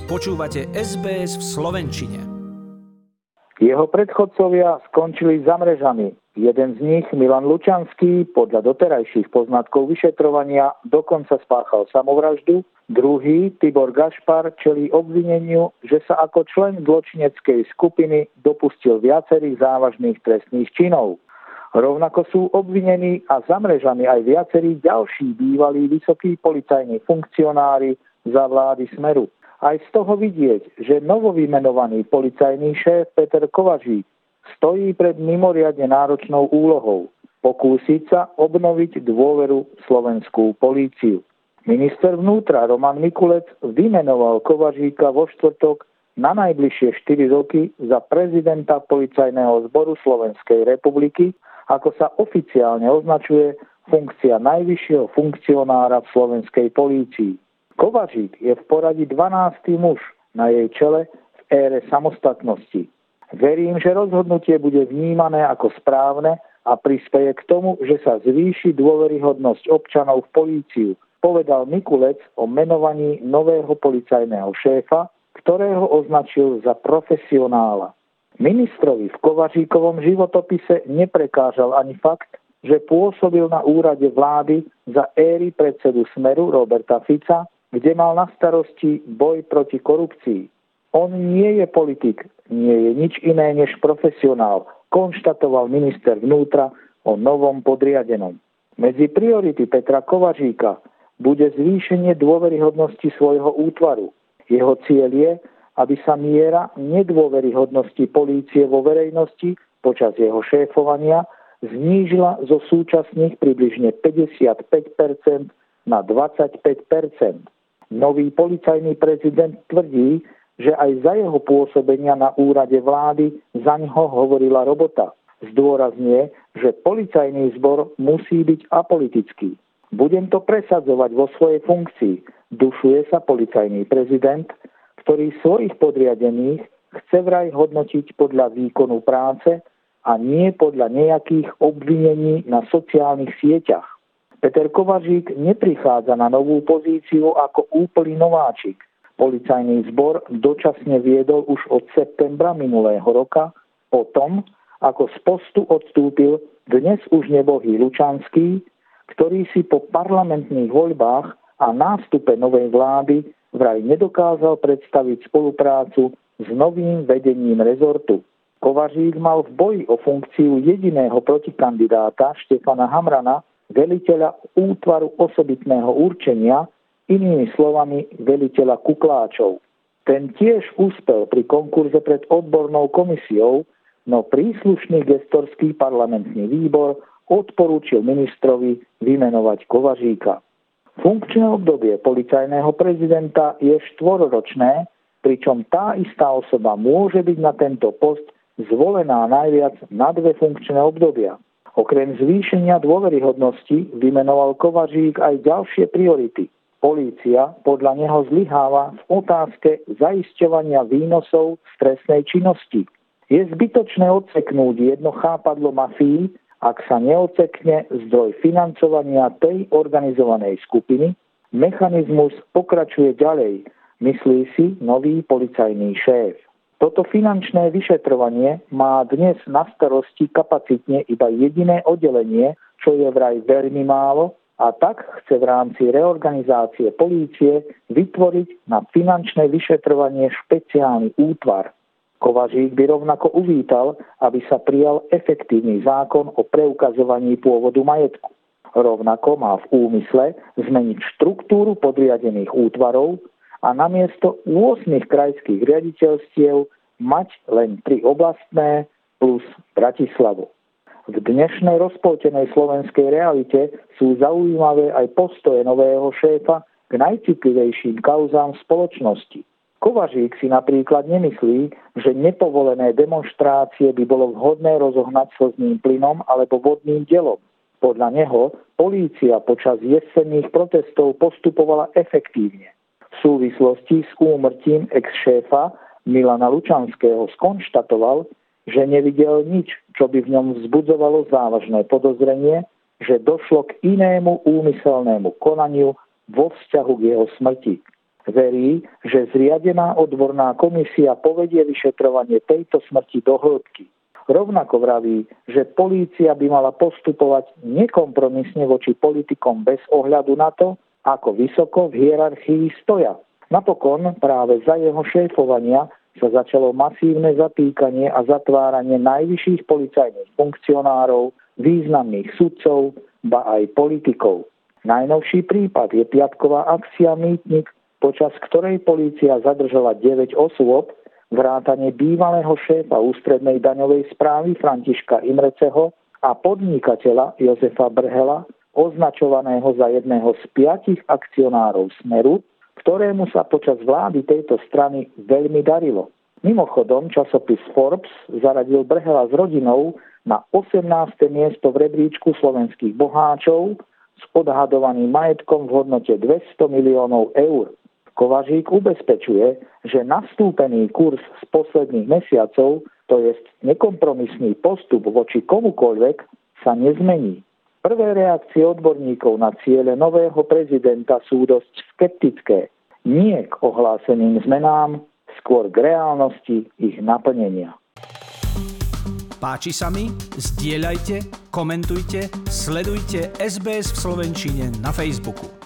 Počúvate SBS v slovenčine. Jeho predchodcovia skončili za mrežami. Jeden z nich, Milan Lučanský, podľa doterajších poznatkov vyšetrovania dokonca spáchal samovraždu. Druhý, Tibor Gašpar, čelí obvineniu, že sa ako člen zločineckej skupiny dopustil viacerých závažných trestných činov. Rovnako sú obvinení a za mrežami aj viacerí ďalší bývalí vysokí policajní funkcionári za vlády Smeru. Aj z toho vidieť, že novovymenovaný policajný šéf Peter Kovařík stojí pred mimoriadne náročnou úlohou pokúsiť sa obnoviť dôveru v slovenskú políciu. Minister vnútra Roman Mikulec vymenoval Kovaříka vo štvrtok na najbližšie 4 roky za prezidenta Policajného zboru Slovenskej republiky, ako sa oficiálne označuje funkcia najvyššieho funkcionára v slovenskej polícii. Kovařík je v poradí 12. muž na jej čele v ére samostatnosti. Verím, že rozhodnutie bude vnímané ako správne a prispeje k tomu, že sa zvýši dôveryhodnosť občanov v políciu, povedal Mikulec o menovaní nového policajného šéfa, ktorého označil za profesionála. Ministrovi v Kovaříkovom životopise neprekážal ani fakt, že pôsobil na úrade vlády za éry predsedu Smeru Roberta Fica, kde mal na starosti boj proti korupcii. On nie je politik, nie je nič iné než profesionál, konštatoval minister vnútra o novom podriadenom. Medzi priority Petra Kovaříka bude zvýšenie dôveryhodnosti svojho útvaru. Jeho cieľ je, aby sa miera nedôveryhodnosti polície vo verejnosti počas jeho šéfovania znížila zo súčasných približne 55% na 25%. Nový policajný prezident tvrdí, že aj za jeho pôsobenia na úrade vlády za ňoho hovorila robota. Zdôrazňuje, že policajný zbor musí byť apolitický. Budem to presadzovať vo svojej funkcii, dušuje sa policajný prezident, ktorý svojich podriadených chce vraj hodnotiť podľa výkonu práce a nie podľa nejakých obvinení na sociálnych sieťach. Peter Kovařík neprichádza na novú pozíciu ako úplný nováčik. Policajný zbor dočasne viedol už od septembra minulého roka, potom, ako z postu odstúpil dnes už nebohý Lučanský, ktorý si po parlamentných voľbách a nástupe novej vlády vraj nedokázal predstaviť spoluprácu s novým vedením rezortu. Kovařík mal v boji o funkciu jediného protikandidáta Štefana Hamrana, veliteľa útvaru osobitného určenia, inými slovami veliteľa kukláčov. Ten tiež úspel pri konkurze pred odbornou komisiou, no príslušný gestorský parlamentný výbor odporúčil ministrovi vymenovať Kovaříka. Funkčné obdobie policajného prezidenta je 4-ročné, pričom tá istá osoba môže byť na tento post zvolená najviac na 2 funkčné obdobia. Okrem zvýšenia dôveryhodnosti vymenoval Kovařík aj ďalšie priority. Polícia podľa neho zlyháva v otázke zaisťovania výnosov z trestnej činnosti. Je zbytočné odseknúť jedno chápadlo mafii, ak sa neodsekne zdroj financovania tej organizovanej skupiny. Mechanizmus pokračuje ďalej, myslí si nový policajný šéf. Toto finančné vyšetrovanie má dnes na starosti kapacitne iba jediné oddelenie, čo je vraj veľmi málo, a tak chce v rámci reorganizácie polície vytvoriť na finančné vyšetrovanie špeciálny útvar. Kovařík by rovnako uvítal, aby sa prijal efektívny zákon o preukazovaní pôvodu majetku. Rovnako má v úmysle zmeniť štruktúru podriadených útvarov a namiesto 8 krajských riaditeľstiev mať len 3 oblastné plus Bratislavu. V dnešnej rozpoltenej slovenskej realite sú zaujímavé aj postoje nového šéfa k najcitlivejším kauzám v spoločnosti. Kovařík si napríklad nemyslí, že nepovolené demonštrácie by bolo vhodné rozohnať slzným plynom alebo vodným dielom. Podľa neho polícia počas jesenných protestov postupovala efektívne. V súvislosti s úmrtím ex-šéfa Milana Lučanského skonštatoval, že nevidel nič, čo by v ňom vzbudzovalo závažné podozrenie, že došlo k inému úmyselnému konaniu vo vzťahu k jeho smrti. Verí, že zriadená odborná komisia povedie vyšetrovanie tejto smrti do hĺbky. Rovnako vraví, že polícia by mala postupovať nekompromisne voči politikom bez ohľadu na to, ako vysoko v hierarchii stoja. Napokon práve za jeho šéfovania sa začalo masívne zatýkanie a zatváranie najvyšších policajných funkcionárov, významných sudcov, ba aj politikov. Najnovší prípad je piatková akcia Mýtnik, počas ktorej polícia zadržala 9 osôb, vrátane bývalého šéfa ústrednej daňovej správy Františka Imreceho a podnikateľa Jozefa Brhela, označovaného za jedného z 5 akcionárov Smeru, ktorému sa počas vlády tejto strany veľmi darilo. Mimochodom, časopis Forbes zaradil Brhela s rodinou na 18. miesto v rebríčku slovenských boháčov s odhadovaným majetkom v hodnote 200 miliónov eur. Kovařík ubezpečuje, že nastúpený kurz z posledných mesiacov, to jest nekompromisný postup voči komukoľvek, sa nezmení. Prvé reakcie odborníkov na ciele nového prezidenta sú dosť skeptické. Nie k ohláseným zmenám, skôr k reálnosti ich naplnenia. Páči sa mi? Zdieľajte, komentujte, sledujte SBS v slovenčine na Facebooku.